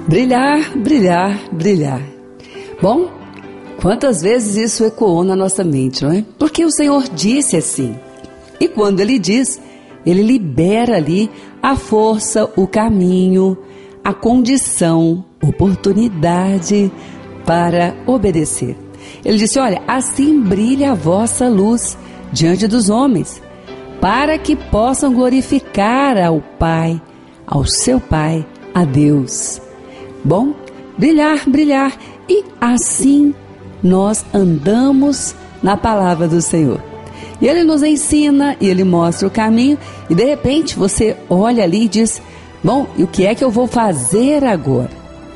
Brilhar, brilhar, brilhar. Bom, quantas vezes isso ecoou na nossa mente, não é? Porque o Senhor disse assim. E quando Ele diz, Ele libera ali a força, o caminho, a condição, oportunidade para obedecer. Ele disse, olha, assim brilha a vossa luz diante dos homens, para que possam glorificar ao Pai, ao seu Pai, a Deus. Bom, brilhar, brilhar, e assim nós andamos na palavra do Senhor. E Ele nos ensina, e Ele mostra o caminho, e de repente você olha ali e diz, bom, e o que é que eu vou fazer agora?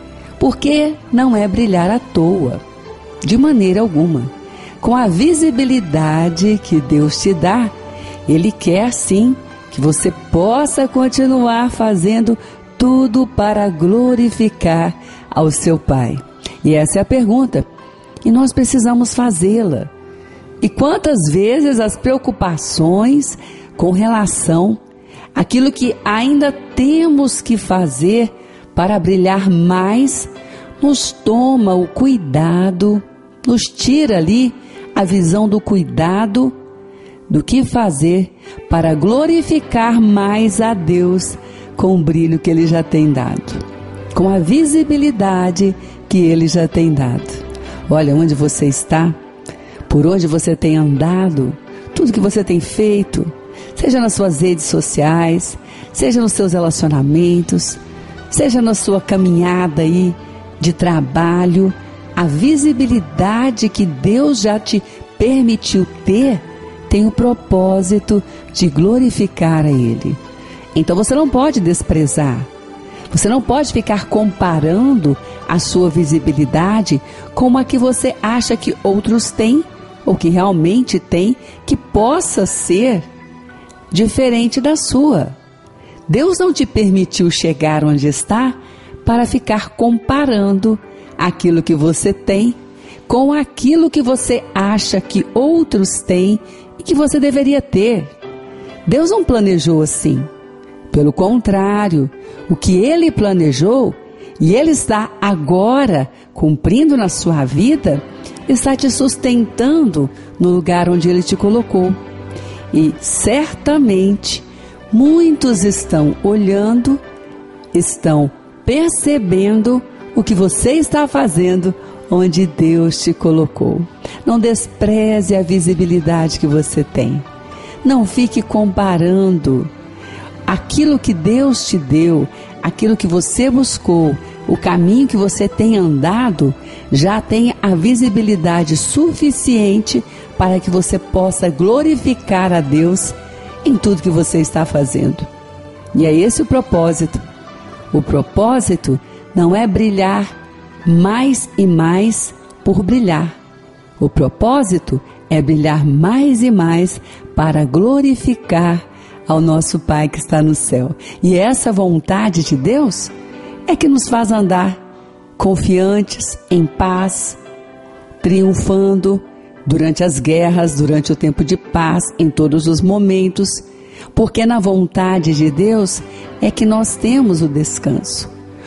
Porque não é brilhar à toa, de maneira alguma. Com a visibilidade que Deus te dá, Ele quer sim que você possa continuar fazendo tudo para glorificar ao seu Pai. E essa é a pergunta, e nós precisamos fazê-la. E quantas vezes as preocupações com relação àquilo que ainda temos que fazer para brilhar mais, nos toma o cuidado, nos tira ali a visão do cuidado, do que fazer para glorificar mais a Deus com o brilho que Ele já tem dado, com a visibilidade que Ele já tem dado. Olha onde você está, por onde você tem andado, tudo que você tem feito, seja nas suas redes sociais, seja nos seus relacionamentos, seja na sua caminhada aí de trabalho, a visibilidade que Deus já te permitiu ter, tem o propósito de glorificar a Ele. Então você não pode desprezar, você não pode ficar comparando a sua visibilidade com a que você acha que outros têm, ou que realmente tem, que possa ser diferente da sua. Deus não te permitiu chegar onde está para ficar comparando aquilo que você tem com aquilo que você acha que outros têm e que você deveria ter. Deus não planejou assim. Pelo contrário, o que Ele planejou e Ele está agora cumprindo na sua vida, está te sustentando no lugar onde Ele te colocou. E certamente muitos estão olhando, estão percebendo o que você está fazendo onde Deus te colocou. Não despreze a visibilidade que você tem. Não fique comparando aquilo que Deus te deu, aquilo que você buscou, o caminho que você tem andado, já tem a visibilidade suficiente para que você possa glorificar a Deus em tudo que você está fazendo. E é esse o propósito. O propósito não é brilhar mais e mais por brilhar. O propósito é brilhar mais e mais para glorificar ao nosso Pai que está no céu. E essa vontade de Deus é que nos faz andar confiantes, em paz, triunfando durante as guerras, durante o tempo de paz, em todos os momentos, porque na vontade de Deus é que nós temos o descanso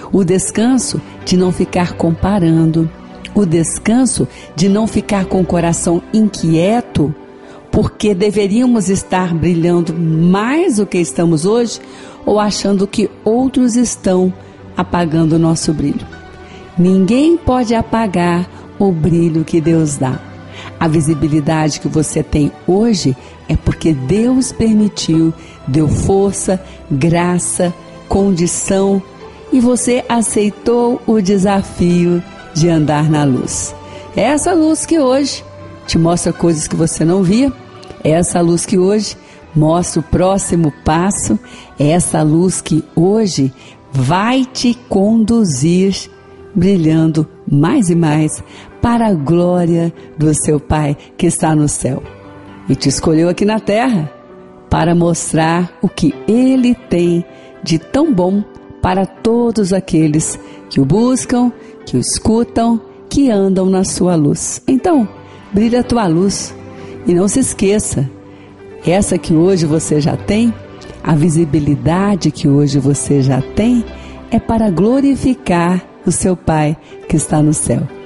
de não ficar comparando, o descanso de não ficar com o coração inquieto, porque deveríamos estar brilhando mais do que estamos hoje, ou achando que outros estão apagando o nosso brilho. Ninguém pode apagar o brilho que Deus dá. A visibilidade que você tem hoje é porque Deus permitiu, deu força, graça, condição, e você aceitou o desafio de andar na luz. É essa luz que hoje te mostra coisas que você não via, é essa luz que hoje mostra o próximo passo, é essa luz que hoje vai te conduzir brilhando mais e mais para a glória do seu Pai que está no céu. E te escolheu aqui na terra para mostrar o que Ele tem de tão bom para todos aqueles que o buscam, que o escutam, que andam na sua luz. Então, brilha a tua luz e não se esqueça, essa que hoje você já tem, a visibilidade que hoje você já tem, é para glorificar o seu Pai que está no céu.